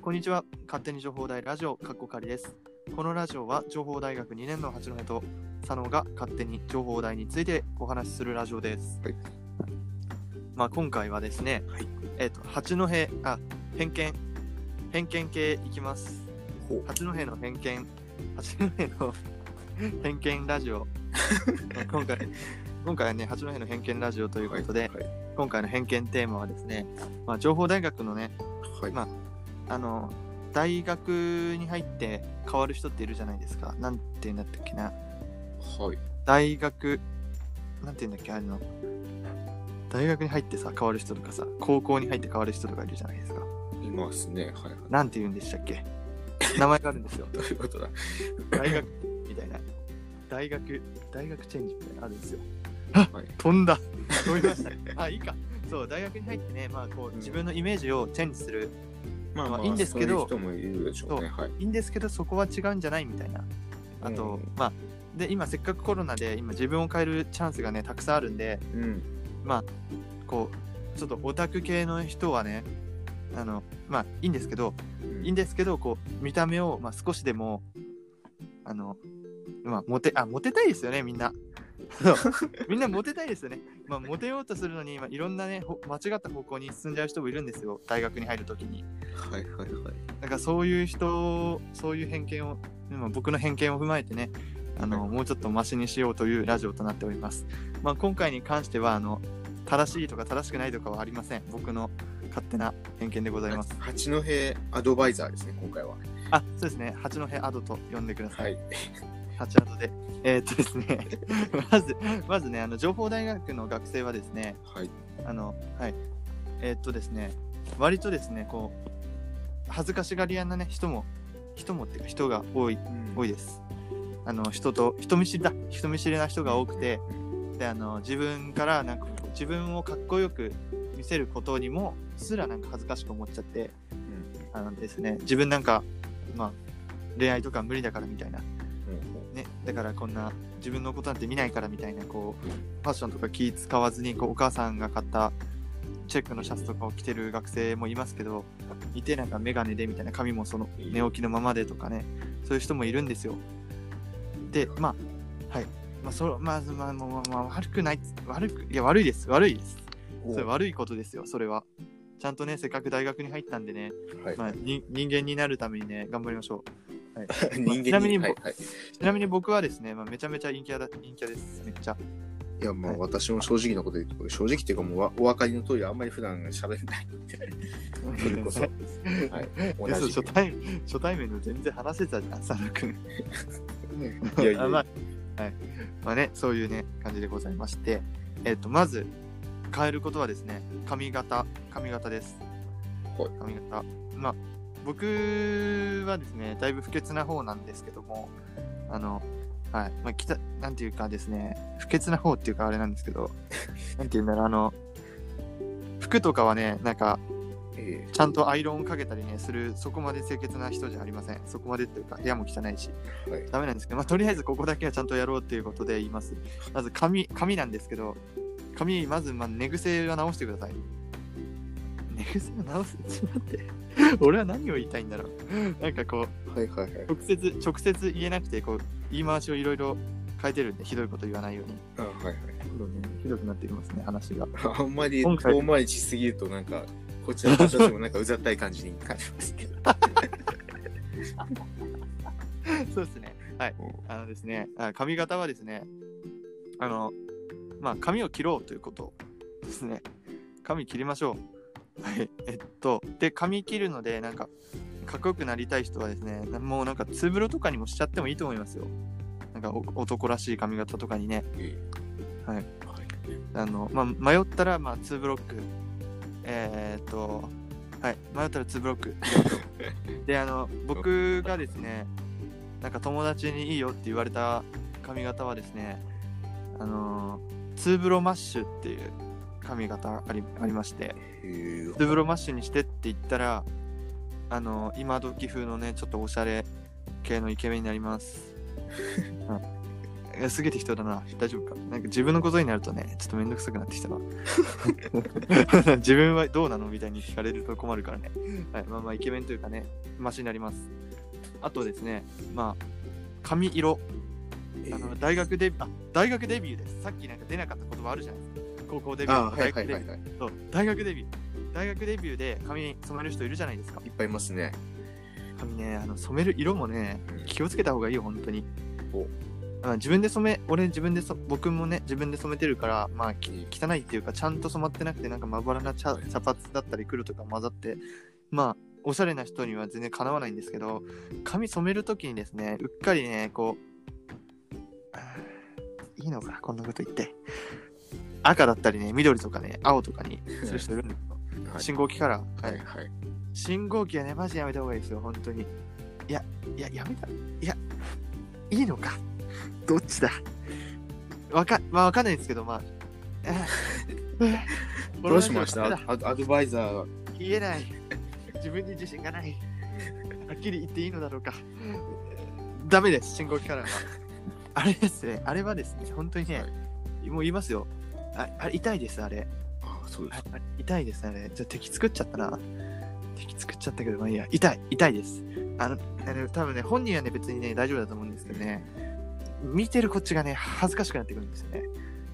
こんにちは。勝手に情報大ラジオかっこかりです。このラジオは情報大学2年の八戸と佐野が勝手に情報大についてお話しするラジオです。今回はですね、八戸偏見系いきます。八戸の偏見ラジオ今回はね、八戸の偏見ラジオということで、今回の偏見テーマはですね、情報大学のね、大学に入って変わる人っているじゃないですか。なんて言うんだったっけな。大学なんて言うんだっけ、大学に入ってさ変わる人とかさ、高校に入って変わる人とかいるじゃないですか。 いますね。 なんて言うんでしたっけ。名前があるんですよ。 どういうことだ。 大学みたいな。大学チェンジみたいなのあるんですよ。飛んだ。飛びましたね。いいか。そう、大学に入ってね、自分のイメージをチェンジする。いいんですけど、 そういう人もいるでしょうね。 いいんですけど、そこは違うんじゃないみたいな。あと、で今せっかくコロナで今自分を変えるチャンスがねたくさんあるんで、ちょっとオタク系の人はね、いいんですけど、こう見た目を少しでもモテたいですよね、みんな。みんなモテたいですよね。モテようとするのにいろんなね間違った方向に進んじゃう人もいるんですよ、大学に入るときに。だからそういう偏見を、僕の偏見を踏まえてね、もうちょっとマシにしようというラジオとなっております。今回に関しては正しいとか正しくないとかはありません。僕の勝手な偏見でございます。 八戸アドバイザーですね、今回は。 そうですね、八戸アドと呼んでください。八アドで。ですねまずね、情報大学の学生はですね、ですね、割とですね、こう恥ずかしがり屋なね人っていうか人が多いです。人見知りな人が多くて、で自分から自分をかっこよく見せることにもすら恥ずかしく思っちゃって、ですね、自分恋愛とか無理だからみたいな、だからこんな自分のことなんて見ないからみたいな、こうファッションとか気使わずにお母さんが買ったチェックのシャツとかを着てる学生もいますけど、いてメガネでみたいな、髪もその寝起きのままでとかね、そういう人もいるんですよ。で悪いです。それ悪いことですよ。それはちゃんとね、せっかく大学に入ったんでね、人間になるためにね頑張りましょう。ちなみに僕はですね、めちゃめちゃ陰キャです。めっちゃ。 いや私も正直なこと言うと、正直っていうかもうお分かりの通り、あんまり普段喋れないんでそれこそ初対面の全然話せたじゃん、佐野くん。そういうね感じでございまして、まず変えることはですね、髪型です。髪型。僕はですね、だいぶ不潔な方なんですけども、なんていうかですね、不潔な方っていうかあれなんですけど、なんていうんだろう、服とかはね、ちゃんとアイロンかけたりねする、そこまで清潔な人じゃありません。そこまでっていうか部屋も汚いし、ダメなんですけど、とりあえずここだけはちゃんとやろうっていうことで言います。まず髪なんですけど、まず寝癖は直してください。寝癖を直すちょっと待って俺は何を言いたいんだろう。直接言えなくて、こう言い回しをいろいろ変えてるんで、ひどいこと言わないように。ひどくなってきますね、話が。 あんまり遠回りしすぎるとこちらの人たちもうざったい感じに感じますけどそうですね。ですね、髪型はですね、髪を切ろうということですね。髪切りましょう。で、髪切るのでかっこよくなりたい人はですね、もうツーブロとかにもしちゃってもいいと思いますよ。男らしい髪型とかにね。迷ったらツーブロック。迷ったらツーブロック。で、僕がですね、友達にいいよって言われた髪型はですね、ツーブロマッシュっていう髪型ありまして、ツーブロマッシュにしてって言ったら、今時風のねちょっとおしゃれ系のイケメンになります。 すげえ適当だな。大丈夫か。なんか自分のことになるとね、ちょっとめんどくさくなってきたな。自分はどうなのみたいに聞かれると困るからね。はい、まあまあイケメンというかね、マシになります。あとですね、まあ、髪色。大学デビューです。さっきなんか出なかった言葉あるじゃないですか。高校デビュー。大学デビュー。そう、大学デビュー。大学デビューで髪染める人いるじゃないですか。 いっぱいいますね。 髪ね、染める色もね、気をつけた方がいいよ、本当に。自分で僕もね、自分で染めてるから、まあ、汚いっていうか、ちゃんと染まってなくて、なんかまばらな茶髪だったり黒とか混ざって、まあ、おしゃれな人には全然かなわないんですけど、髪染めるときにですね、うっかりね、こう、いいのかな、こんなこと言って。赤だったりね、緑とかね、青とかにする人いるんですよ。信号機から。はい。信号機はね、マジやめた方がいいですよ、本当に。やいいのか。どっちだ。わかんないですけど、まあ。 どうしました？アドバイザー。 言えない。自分に自信がない。はっきり言っていいのだろうか。ダメです、信号機からは。あれですね、あれはですね、本当にね、もう言いますよ。あれ痛いです、あれ。 そうです。 痛いです、あれ。じゃ敵作っちゃったな。敵作っちゃったけど、まあいいや。痛いです。多分ね、本人はね、別にね、大丈夫だと思うんですけどね、見てるこっちがね、恥ずかしくなってくるんですよね。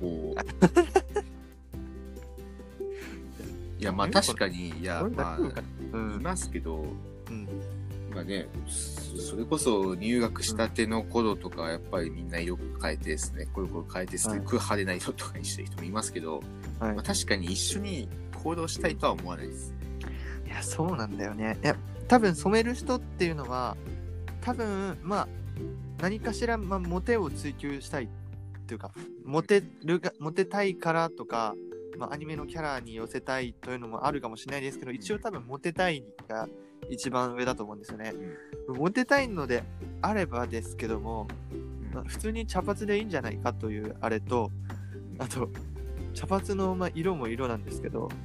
いや、まあ確かに、いや、まあ、いますけど、まあね、それこそ入学したての頃とか、やっぱりみんな色変えてですね、コロコロ変えてすごく派手な色とかにしてる人もいますけど、まあ、確かに一緒に行動したいとは思わないです。 いや、そうなんだよね。いや、多分染める人っていうのは、多分、まあ、何かしら、まあ、モテを追求したいっていうか、モテたいからとか、まあ、アニメのキャラに寄せたいというのもあるかもしれないですけど、一応多分モテたいが一番上だと思うんですよね。モテたいのであればですけども、まあ、普通に茶髪でいいんじゃないかというあれと、あと茶髪のまあ色も色なんですけど、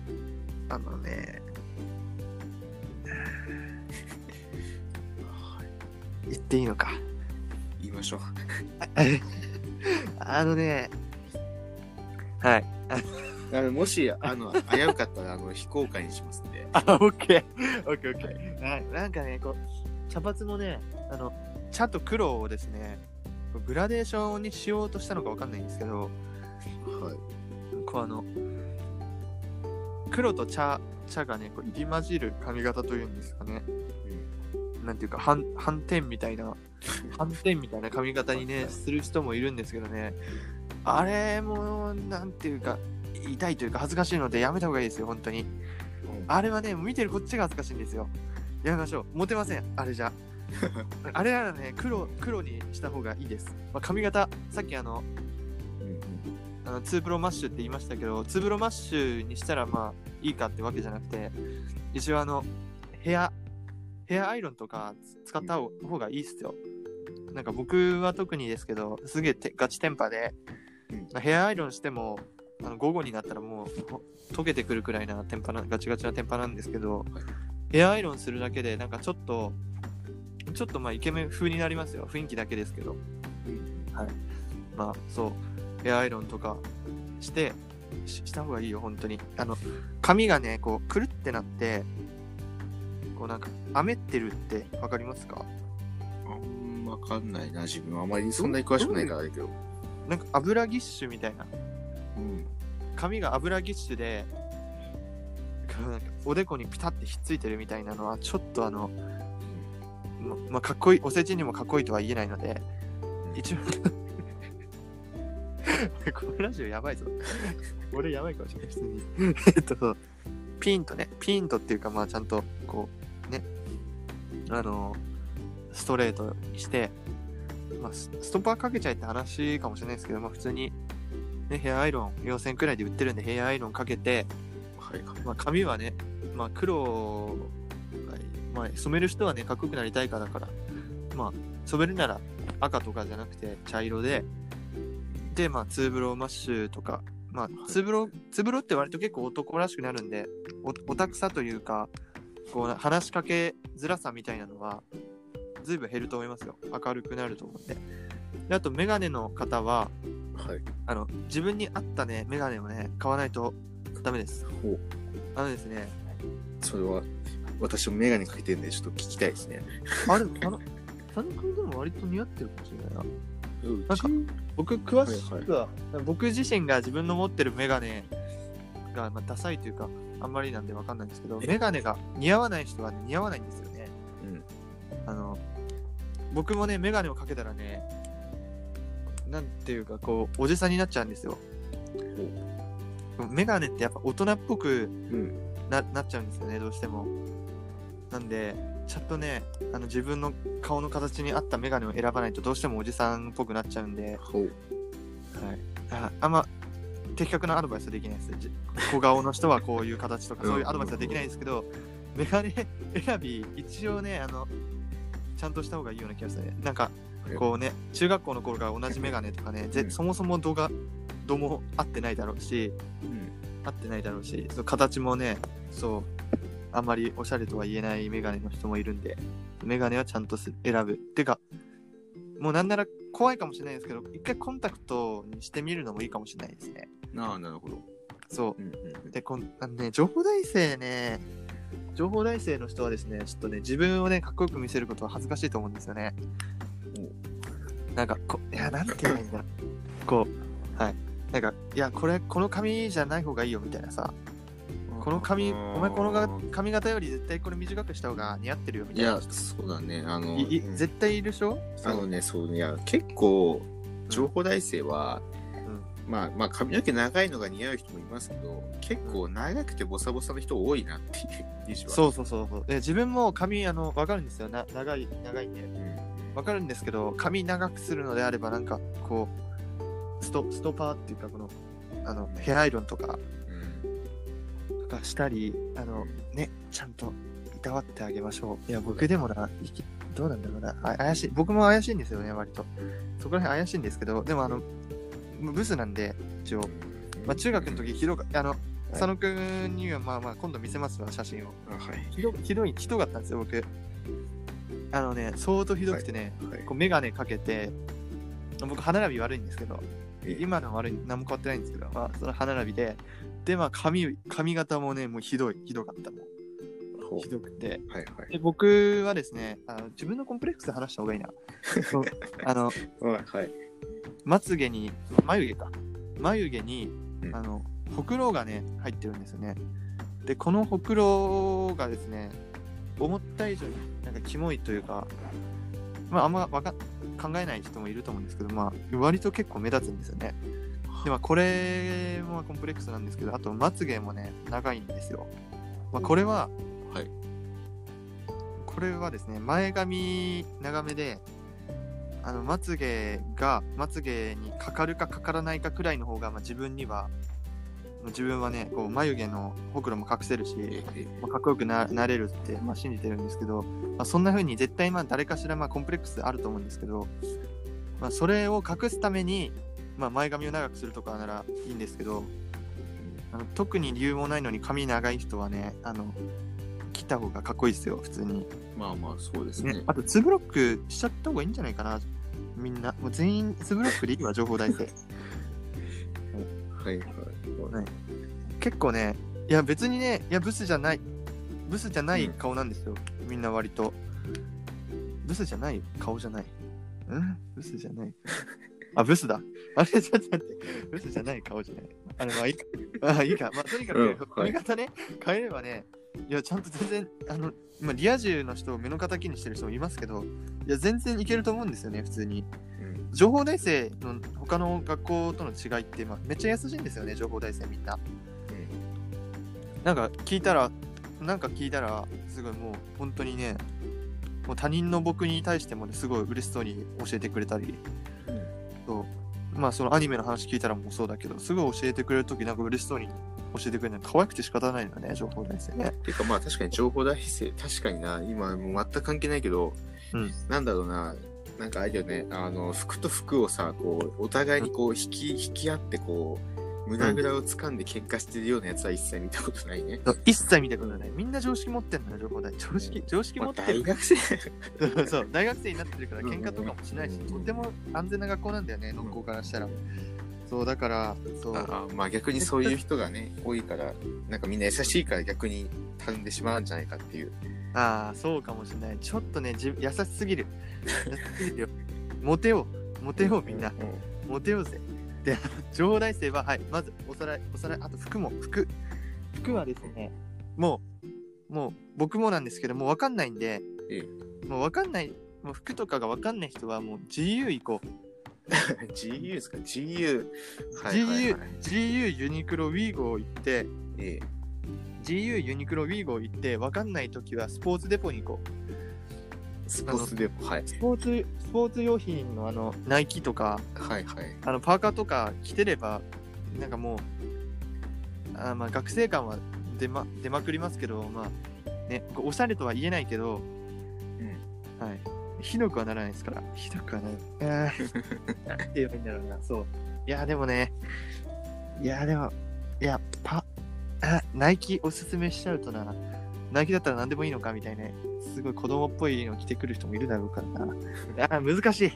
言っていいのか。 言いましょう。 はい。 もし、危うかったら、非公開にしますんで。 オッケー。はい。なんかね、こう、茶髪もね、茶と黒をですね、グラデーションにしようとしたのかわかんないんですけど、こう黒と茶がね、こう入り混じる髪型というんですかね。なんていうか、斑点みたいな髪型にね、する人もいるんですけどね、あれも、なんていうか、痛いというか恥ずかしいのでやめた方がいいですよ、本当に。あれはね、見てるこっちが恥ずかしいんですよ。やめましょう。モテません、あれじゃ。あれならね、黒にした方がいいです。まあ、髪型、さっきツーブロマッシュって言いましたけど、ツーブロマッシュにしたらまあいいかってわけじゃなくて、一応ヘアアイロンとか使った方がいいっすよ。なんか僕は特にですけど、すげえガチテンパで、ヘアアイロンしても午後になったらもう溶けてくるくらいなガチガチなテンパなんですけど、ヘアアイロンするだけでなんかちょっとまあイケメン風になりますよ。雰囲気だけですけど、はい。まあそうヘアアイロンとかした方がいいよ、本当に。髪がねこうくるってなってこうなんか雨ってるってわかりますか？ わかんないな、自分はあまりそんなに詳しくないからだけど、 なんか油ぎっしゅみたいな、髪が油ぎっしゅでなんかおでこにピタってひっついてるみたいなのはちょっとまあかっこいい、お世辞にもかっこいいとは言えないので、一応このラジオやばいぞ俺やばいかもしれない、普通にピントっていうか、まあちゃんとこうね、ストレートにして、まあ、ストッパーかけちゃえって話かもしれないですけど、まあ普通にね、ヘアアイロン4000円くらいで売ってるんで、ヘアアイロンかけて、まあ髪はね、まあ黒、まあ染める人はね、かっこよくなりたいからだから、まあ染めるなら赤とかじゃなくて茶色で、まあツーブローマッシュとか、まあツーブロって割と結構男らしくなるんで、オタクさというか、こう話しかけづらさみたいなのはずいぶん減ると思いますよ。明るくなると思うんで。 であとメガネの方は、 はい、 自分に合ったねメガネをね買わないとダメです。 ほう。 ですね。 それは私もメガネかけてるんでちょっと聞きたいですね。 あれ佐野くんでも割と似合ってるかもしれないな。なんか僕詳しくは、僕自身が自分の持ってるメガネが、ダサいというかあんまりなんでわかんないんですけど、メガネが似合わない人は、似合わないんですよね。僕もねメガネをかけたらね、なんていうかこうおじさんになっちゃうんですよ。メガネってやっぱ大人っぽくなっちゃうんですよね、どうしても。なんでちゃんとね自分の顔の形に合ったメガネを選ばないとどうしてもおじさんっぽくなっちゃうんで、あんま的確なアドバイスはできないです。小顔の人はこういう形とかそういうアドバイスはできないですけど、メガネ選び一応ねちゃんとした方がいいような気がするね。なんかこうね、中学校の頃から同じメガネとかね、そもそも度も合ってないだろうし、その形もね、そうあんまりおしゃれとは言えないメガネの人もいるんで、メガネはちゃんと選ぶ。てかもうなんなら怖いかもしれないですけど、一回コンタクトにしてみるのもいいかもしれないですね。 なるほど。 そう。で情報大生の人はですね、ちょっとね自分をねかっこよく見せることは恥ずかしいと思うんですよね。なんかなんて言えばいいんだろう。はい。なんかこの髪じゃない方がいいよみたいなさ。この髪、お前この髪型より絶対これ短くした方が似合ってるよみたいな。いや、 そうだね。 絶対いるでしょ？ 結構、情報大生は、まあ髪の毛長いのが似合う人もいますけど、結構長くてボサボサの人多いなっていう印象は。 そう。自分も髪わかるんですよ。長いんで。わかるんですけど、髪長くするのであればなんかこうストパーっていうかこのヘアアイロンとかしたりね、ちゃんといたわってあげましょう。いや僕でもな、どうなんだろうな、怪しい。僕も怪しいんですよね、割と。そこら辺怪しいんですけど、でもブスなんで一応、中学の時ひどか佐野くんには今度見せますわ、写真を。ひどかったんですよ、僕。相当ひどくてね、こうメガネかけて、僕歯並び悪いんですけど、今の悪い何も変わってないんですけど、その歯並びで、髪型もね、もうひどかったもん。ひどくて。で僕はですね、自分のコンプレックスで話した方がいいな。まつげに、眉毛に、ほくろがね、入ってるんですよね。で、このほくろがですね、思った以上になんかキモいというか、あんま考えない人もいると思うんですけど、割と結構目立つんですよね。でこれもコンプレックスなんですけど、あとまつげもね長いんですよ。これはですね、前髪長めでまつげにかかるかかからないかくらいの方が、自分はねこう眉毛のほくろも隠せるし、かっこよく なれるって、信じてるんですけど、そんな風に絶対誰かしらコンプレックスあると思うんですけど、それを隠すために前髪を長くするとかならいいんですけど、特に理由もないのに髪長い人はね切った方がかっこいいですよ、普通に。 そうですね。 あとツーブロックしちゃった方がいいんじゃないかな、みんな。もう全員ツーブロックでいいわ、情報大生。結構ね、いや別にね、ブスじゃない顔なんですよ、みんな割と。ブスじゃない顔じゃない。ブスじゃない。ブスだ。ちょっと待って。ブスじゃない顔じゃない。いいか。とにかく、髪型ね、変えればね、いや、ちゃんと全然、リア充の人を目の敵にしてる人もいますけど、いや、全然いけると思うんですよね、普通に。情報大生の他の学校との違いって、めっちゃ優しいんですよね、情報大生みんな。なんか聞いたら、すごいもう、本当にね、もう他人の僕に対してもね、すごい嬉しそうに教えてくれたり、そのアニメの話聞いたらもうそうだけど、すごい教えてくれるときなんか嬉しそうに教えてくれるの可愛くて仕方ないのね、情報大生ね。 てか確かに情報大生、確かにな、今もう全く関係ないけど、なんだろうな、なんかあれだよね、服と服をさ、こう、お互いにこう引き合ってこう、 胸ぐらを掴んで喧嘩してるようなやつは一切見たことないね。 一切見たことない。みんな常識持ってんのよ、情報大。常識持ってる。 大学生そう、大学生になってるから喧嘩とかもしないし、とても安全な学校なんだよね、農工からしたら。そう、だから、そう。 まあ逆にそういう人がね、多いから、なんかみんな優しいから逆にたるんでしまうんじゃないかっていう。 ああ、そうかもしれない。ちょっとね、優しすぎる。優しすぎるよ。モテよう、みんな。モテようぜ。で、情報大生は、はい、まずおさらい、あと服はですね、もう僕もなんですけど、もう分かんないんで、もう分かんない、もう服とかが分かんない人はもう GU 行こう。 GU ですか GU、 GU ユニクロウィーゴ行って、GU ユニクロウィーゴ行って分かんないときはスポーツデポに行こう。 スポーツデポ、はい。 スポーツ用品のナイキとか、 はいはい。 パーカーとか着てれば、なんかもう、まあ学生感は出まくりますけど、まあね、おしゃれとは言えないけど、はい。ひどくはならないですから。ひどくはならない。なんて言えばいいんだろうな。そう。いや、でも、ナイキおすすめしちゃうとな、ナイキだったら何でもいいのかみたいな、すごい子供っぽいの着てくる人もいるだろうからな。難しい。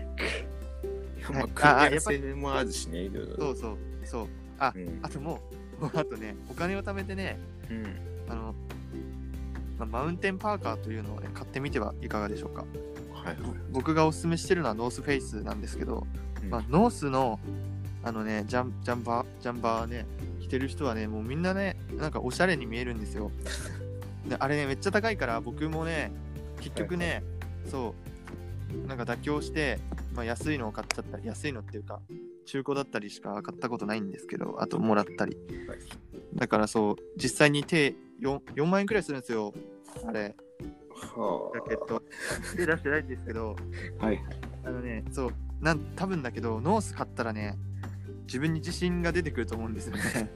組み合わせもあるしね、いろいろ。 そう。あとあとね、お金を貯めてね、マウンテンパーカーというのをね、買ってみてはいかがでしょうか。僕がおすすめしてるのはノースフェイスなんですけど、ノースのジャンバーね、着てる人はね、もうみんなね、なんかおしゃれに見えるんですよ。であれね、めっちゃ高いから僕もね、結局ね、そうなんか妥協して、安いのを買っちゃったり、安いのっていうか中古だったりしか買ったことないんですけど、あともらったり、だからそう実際に4万円くらいするんですよ、あれ。ジャケット手出してないんですけど、そう多分だけど、ノース買ったらね、自分に自信が出てくると思うんですよね。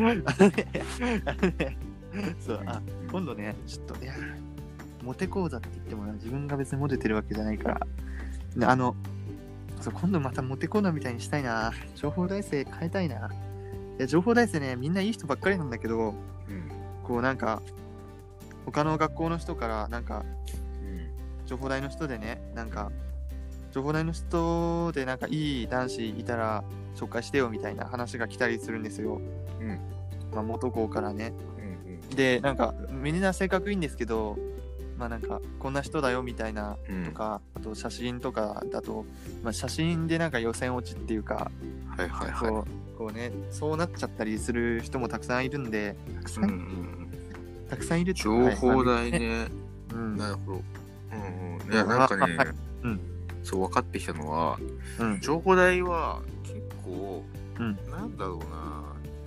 そう、今度ね、ちょっとモテ講座って言っても自分が別にモテてるわけじゃないから、そう今度またモテ講座みたいにしたいな。情報大生変えたいな。いや、情報大生ね、みんないい人ばっかりなんだけど、こうなんか他の学校の人からなんか、情報大の人でね、なんか情報大の人でなんかいい男子いたら紹介してよみたいな話が来たりするんですよ。元校からね。で、なんかみんな性格いいんですけど、なんかこんな人だよみたいなとか、あと写真とかだと、写真でなんか予選落ちっていうか、こうね、そうなっちゃったりする人もたくさんいるんで、たくさんいるって情報大ね。なるほど。いや、なんかね、そう分かってきたのは、情報大は結構、なんだろうな、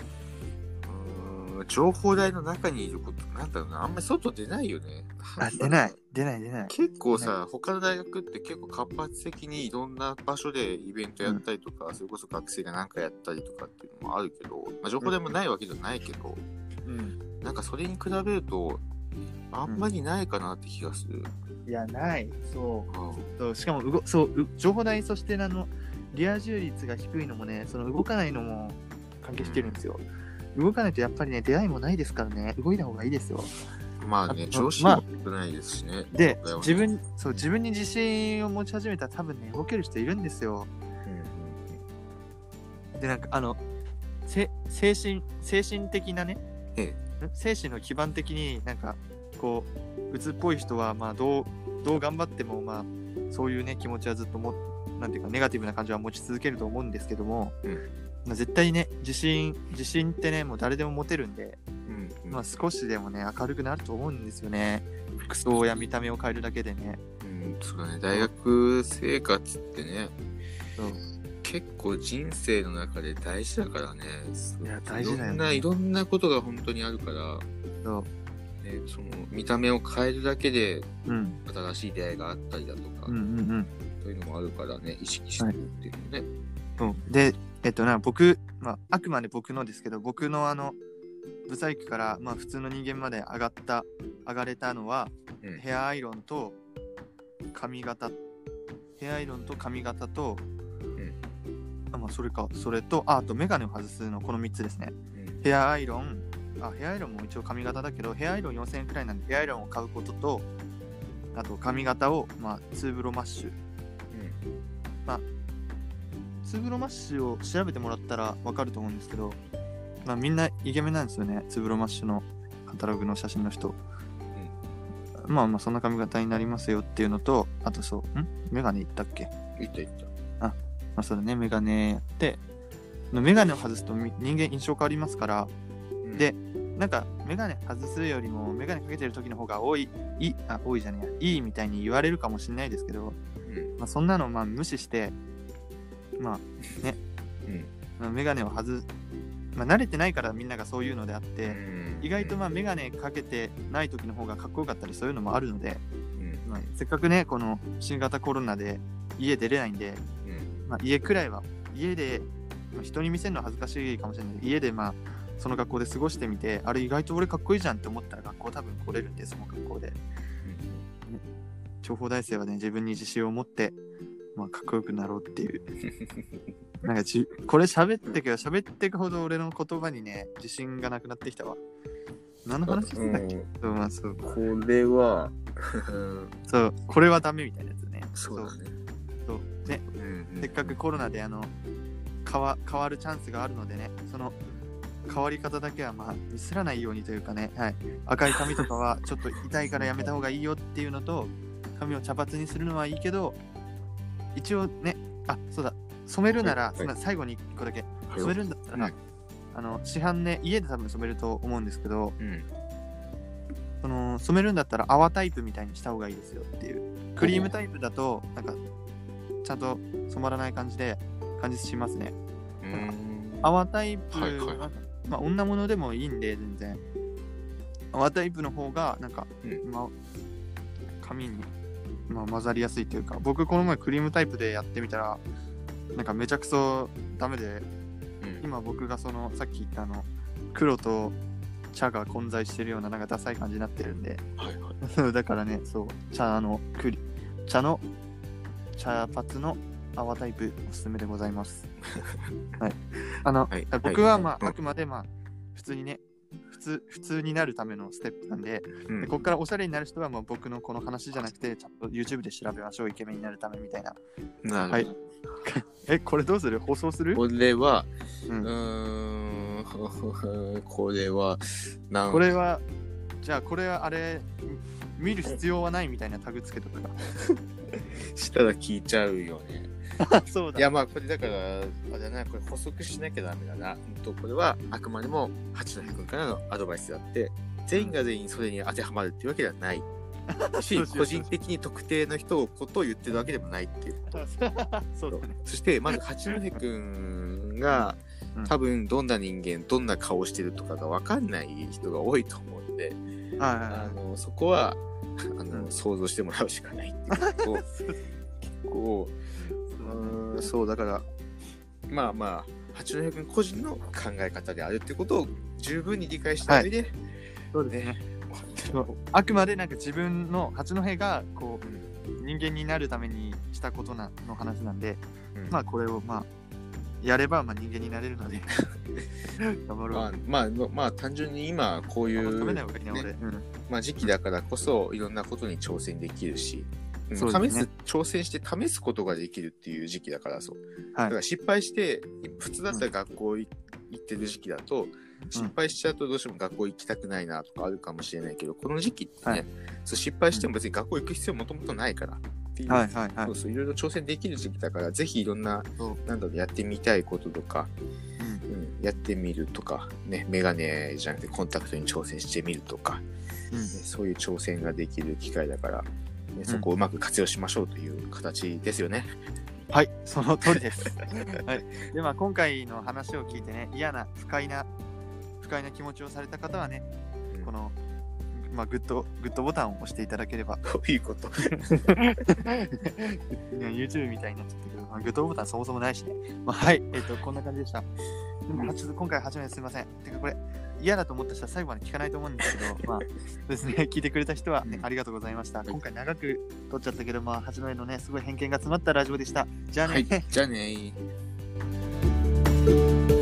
情報大の中にいること、なんだろうな、あんまり外出ないよね。 出ない。 結構さ、他の大学って結構活発的にいろんな場所でイベントやったりとか、それこそ学生が何かやったりとかっていうのもあるけど、情報大もないわけじゃないけど、なんかそれに比べると、あんまりないかなって気がする。 いや、ない。そうしかも情報大、そしてリア充率が低いのもね、その動かないのも関係してるんですよ。動かないとやっぱりね、出会いもないですからね、動いた方がいいですよ。 調子も良くないですしね。 で、自分に自信を持ち始めたら多分ね、動ける人いるんですよ。で、なんか精神的なね、精神の基盤的になんかこう鬱っぽい人はどう頑張ってもそういうね気持ちはずっとなんていうかネガティブな感じは持ち続けると思うんですけども、絶対ね自信ってねもう誰でも持てるんで、少しでもね明るくなると思うんですよね。服装や見た目を変えるだけでね。 そうだね、大学生活ってね、結構人生の中で大事だからね。 いや、大事だよね。 いろんなことが本当にあるから、その見た目を変えるだけで、新しい出会いがあったりだとか、そういうのもあるからね、意識してるっていうね。 で、僕、あくまで僕のですけど、僕のブサイクから、普通の人間まで上がれたのは、ヘアアイロンと髪型と、 まあそれか、それと、あとメガネを外すのこの3つですね。ヘアアイロン、ヘアアイロンも一応髪型だけど、ヘアアイロン4000円くらいなんで、ヘアアイロンを買うことと、あと髪型を、ツーブロマッシュ。ツーブロマッシュを調べてもらったら分かると思うんですけど、みんなイケメンなんですよね、ツーブロマッシュのカタログの写真の人。そんな髪型になりますよっていうのと、あとメガネいったっけ？ いった。 そうだね、メガネやって、メガネを外すと人間印象変わりますから、で、なんかメガネ外すよりもメガネかけてる時の方がいいみたいに言われるかもしれないですけど、そんなの無視して、メガネを慣れてないからみんながそういうのであって、意外とメガネかけてない時の方がかっこよかったりそういうのもあるので、せっかくねこの新型コロナで家出れないんで、家くらいは家で、人に見せるのは恥ずかしいかもしれないけど、家でその学校で過ごしてみて、あれ意外と俺かっこいいじゃんって思ったら学校多分来れるんで、その学校で、情報大生はね自分に自信を持ってかっこよくなろうっていうなんかこれ喋っていくほど俺の言葉にね自信がなくなってきたわ。何の話してたっけ？ これはそうこれはダメみたいなやつね。 そうだね。 そうね、せっかくコロナで変わるチャンスがあるのでね、その変わり方だけはミスらないようにというかね、赤い髪とかはちょっと痛いからやめた方がいいよっていうのと、髪を茶髪にするのはいいけど、一応ね、そうだ、染めるなら、最後に1個だけ、染めるんだったら、市販ね、家で多分染めると思うんですけど、染めるんだったら泡タイプみたいにした方がいいですよっていう。クリームタイプだと、なんか、ちゃんと染まらない感じしますね。泡タイプ、女物でもいいんで、全然。泡タイプの方が、なんか、髪に、混ざりやすいというか、僕この前クリームタイプでやってみたら、なんかめちゃくそダメで、今僕がさっき言った黒と茶が混在してるようななんかダサい感じになってるんで、だからね、茶の茶髪の泡タイプおすすめでございます。僕はあくまで普通にね、普通になるためのステップなんで、でここからおしゃれになる人は僕のこの話じゃなくて、ちゃんと YouTube で調べましょう、イケメンになるためみたいな。はい。これどうする？放送する？ これは、 じゃあこれはあれ、見る必要はないみたいなタグつけとくか。 したら聞いちゃうよね。 そうだ。 いやこれだからこれ補足しなきゃダメだな。これはあくまでも八戸君からのアドバイスであって、全員が全員それに当てはまるっていうわけではないし、個人的に特定の人のことを言ってるわけでもないっていうこと。 そうだね。 そしてまず八戸君が多分どんな人間、どんな顔してるとかが分かんない人が多いと思うので、そこは想像してもらうしかないっていうことを結構そうだから八戸君個人の考え方であるっていうことを十分に理解した上で、 そうですね。あくまでなんか自分の八戸がこう人間になるためにしたことの話なんで、これをやれば人間になれるので頑張ろう。 単純に今こういう時期だからこそいろんなことに挑戦できるし、挑戦して試すことができるっていう時期だからだから失敗して普通だったら学校行ってる時期だと、失敗しちゃうとどうしても学校行きたくないなとかあるかもしれないけど、この時期ってね、失敗しても別に学校行く必要もともとないからっていう、いろいろ挑戦できる時期だから、ぜひいろんなやってみたいこととか、やってみるとかね、メガネじゃなくてコンタクトに挑戦してみるとか、そういう挑戦ができる機会だから、そこをうまく活用しましょうという形ですよね。 はい、その通りです。はい、で今回の話を聞いてね、嫌な不快な気持ちをされた方はね、このグッドボタンを押していただければ。 どういうこと？ YouTube みたいになっちゃったけど、グッドボタンそもそもないしね。はい、こんな感じでした。ちょっと今回初めてすみません。てかこれ嫌だと思った人は最後まで聞かないと思うんですけど、ですね、聞いてくれた人は、ね、ありがとうございました。今回長く撮っちゃったけど、八戸のね、すごい偏見が詰まったラジオでした。じゃあね。 じゃあね。 す。